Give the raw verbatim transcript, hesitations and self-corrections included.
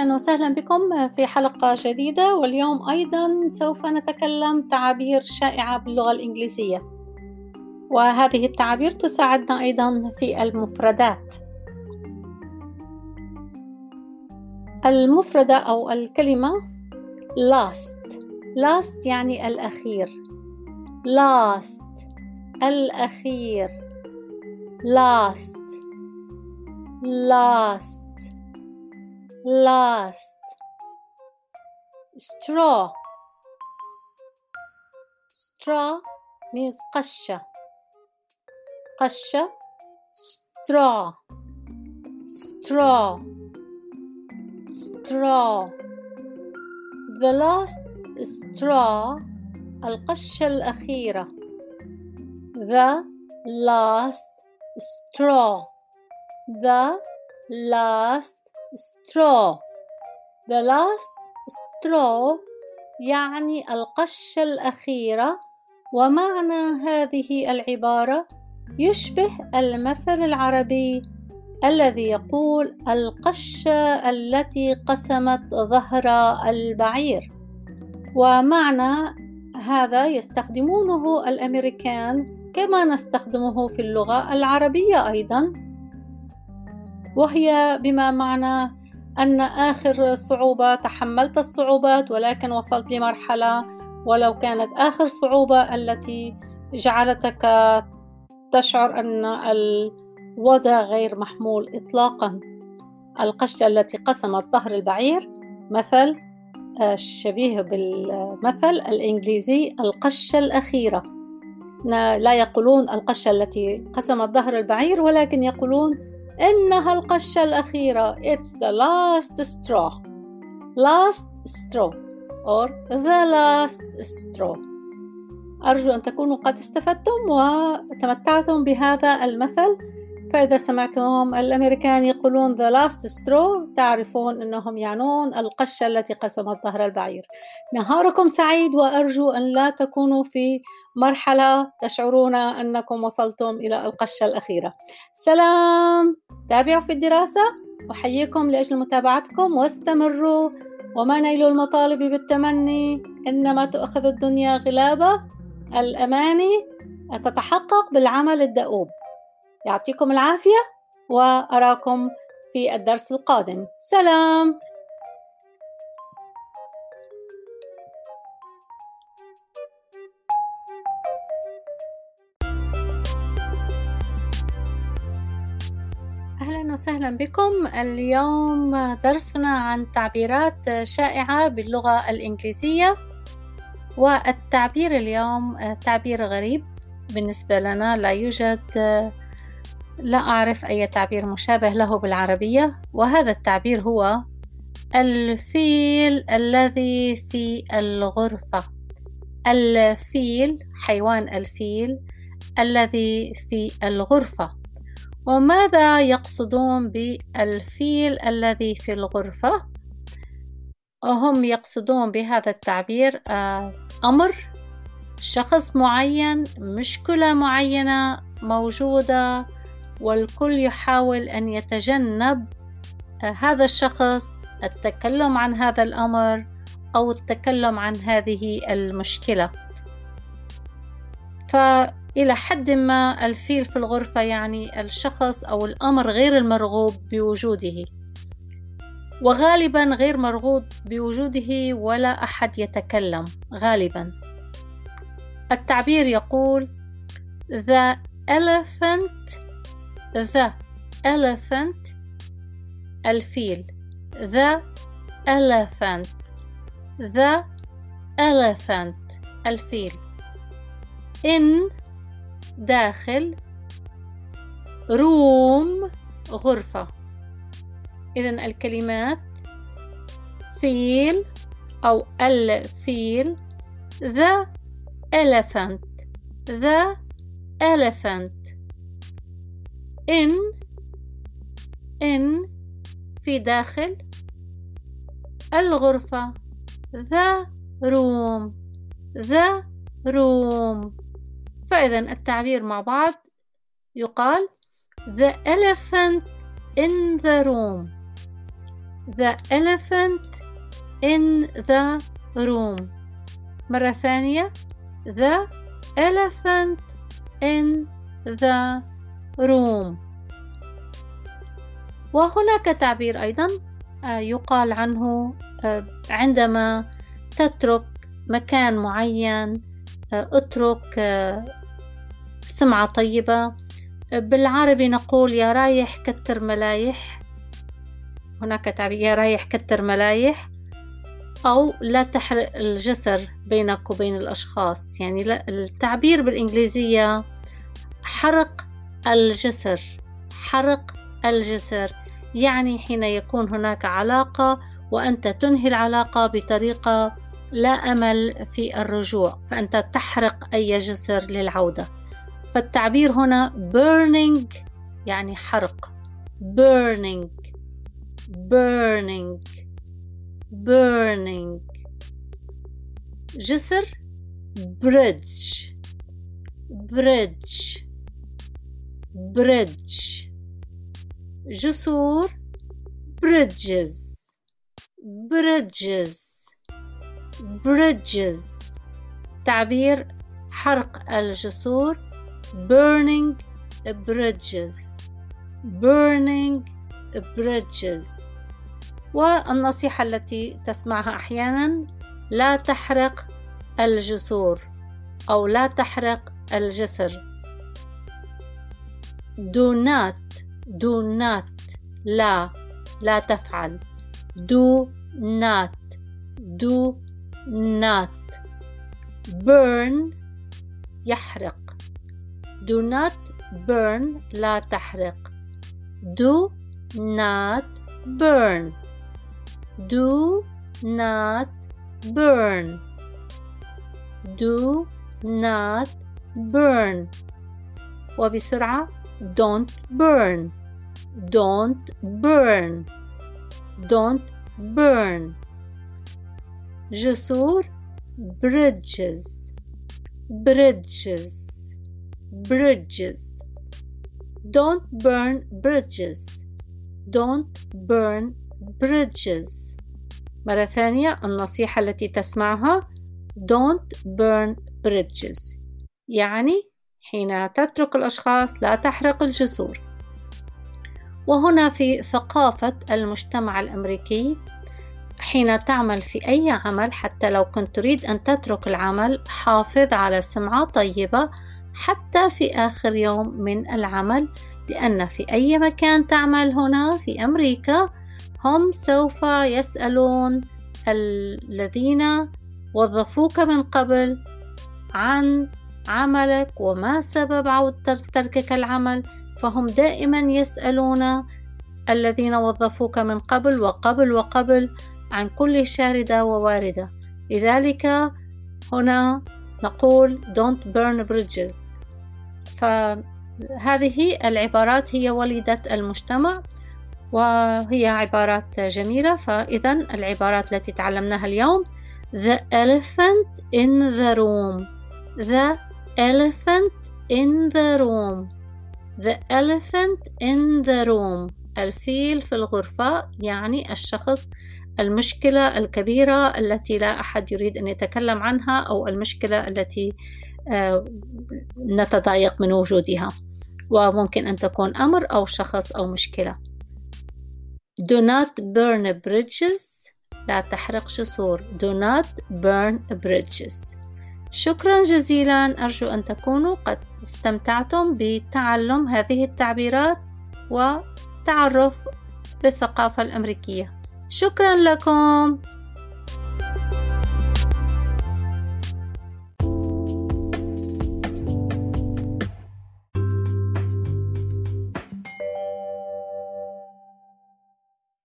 أهلا وسهلا بكم في حلقة جديدة، واليوم أيضا سوف نتكلم تعابير شائعة باللغة الإنجليزية، وهذه التعابير تساعدنا أيضا في المفردات. المفردة أو الكلمة last last يعني الأخير. last الأخير. last last last. straw straw means قشة قشة. straw straw straw. the last straw القشة الأخيرة. the last straw the last straw. the last straw يعني القشة الأخيرة، ومعنى هذه العبارة يشبه المثل العربي الذي يقول القشة التي قسمت ظهر البعير، ومعنى هذا يستخدمونه الأمريكان كما نستخدمه في اللغة العربية أيضا، وهي بما معنى أن آخر صعوبة تحملت الصعوبات ولكن وصلت لمرحلة، ولو كانت آخر صعوبة التي جعلتك تشعر أن الوضع غير محمول إطلاقا. القشة التي قسمت ظهر البعير مثل شبيه بالمثل الإنجليزي القشة الأخيرة. لا يقولون القشة التي قسمت ظهر البعير، ولكن يقولون إنها القشة الأخيرة. It's the last straw last straw or the last straw. أرجو أن تكونوا قد استفدتم وتمتعتم بهذا المثل، فإذا سمعتم الأمريكان يقولون the last straw تعرفون أنهم يعنون القشة التي قسمت ظهر البعير. نهاركم سعيد، وأرجو أن لا تكونوا في مرحلة تشعرون أنكم وصلتم إلى القشة الأخيرة. سلام، تابعوا في الدراسة، أحييكم لأجل متابعتكم واستمروا، وما نيل المطالب بالتمني إنما تؤخذ الدنيا غلابة. الأماني تتحقق بالعمل الدؤوب. يعطيكم العافية، وأراكم في الدرس القادم. سلام. أهلا وسهلا بكم. اليوم درسنا عن تعبيرات شائعة باللغة الإنجليزية، والتعبير اليوم تعبير غريب بالنسبة لنا، لا يوجد لا أعرف أي تعبير مشابه له بالعربية، وهذا التعبير هو الفيل الذي في الغرفة. الفيل حيوان الفيل الذي في الغرفة. وماذا يقصدون بالفيل الذي في الغرفة؟ هم يقصدون بهذا التعبير أمر، شخص معين، مشكلة معينة موجودة، والكل يحاول أن يتجنب هذا الشخص، التكلم عن هذا الأمر أو التكلم عن هذه المشكلة. فإلى حد ما الفيل في الغرفة يعني الشخص أو الأمر غير المرغوب بوجوده، وغالبا غير مرغوب بوجوده ولا أحد يتكلم غالبا. التعبير يقول the elephant the elephant الفيل the elephant the elephant الفيل in داخل room غرفة. إذن الكلمات فيل أو الفيل the elephant the elephant in in في داخل الغرفة the room the room. فإذا التعبير مع بعض يقال the elephant in the room The elephant in the room. مرة ثانية. The elephant in the room. وهناك تعبير أيضا يقال عنه عندما تترك مكان معين، اترك سمعة طيبة. بالعربي نقول يا رايح كتر ملايح. هناك تعبير يا رايح كتر ملايح، أو لا تحرق الجسر بينك وبين الأشخاص. يعني لا، التعبير بالإنجليزية حرق الجسر. حرق الجسر يعني حين يكون هناك علاقة وأنت تنهي العلاقة بطريقة لا أمل في الرجوع، فأنت تحرق أي جسر للعودة. فالتعبير هنا burning يعني حرق. burning burning burning. جسر bridge bridge bridge. جسور bridges bridges bridges. تعبير حرق الجسور burning bridges burning bridges. والنصيحة التي تسمعها أحيانا لا تحرق الجسور أو لا تحرق الجسر. do not do not لا لا تفعل. do not do not. burn يحرق. do not burn لا تحرق. do not burn do not burn do not burn. وبسرعة don't burn don't burn don't burn. جسور bridges bridges bridges. don't burn bridges don't burn bridges. مرة ثانية النصيحة التي تسمعها don't burn bridges يعني حين تترك الأشخاص لا تحرق الجسور. وهنا في ثقافة المجتمع الأمريكي حين تعمل في أي عمل، حتى لو كنت تريد أن تترك العمل، حافظ على سمعة طيبة حتى في آخر يوم من العمل، لأن في أي مكان تعمل هنا في أمريكا هم سوف يسألون الذين وظفوك من قبل عن عملك وما سبب عودة تركك العمل. فهم دائما يسألون الذين وظفوك من قبل وقبل وقبل عن كل شاردة وواردة. لذلك هنا نقول don't burn bridges. فهذه العبارات هي وليدة المجتمع وهي عبارات جميلة. فإذا العبارات التي تعلمناها اليوم the elephant in the room the elephant in the room the elephant in the room. الفيل في الغرفة يعني الشخص، المشكلة الكبيرة التي لا أحد يريد أن يتكلم عنها، أو المشكلة التي نتضايق من وجودها، وممكن أن تكون أمر أو شخص أو مشكلة. do not burn bridges لا تحرق جسور. do not burn bridges. شكرا جزيلا. أرجو أن تكونوا قد استمتعتم بتعلم هذه التعبيرات وتعرف بالثقافة الأمريكية. شكرا لكم.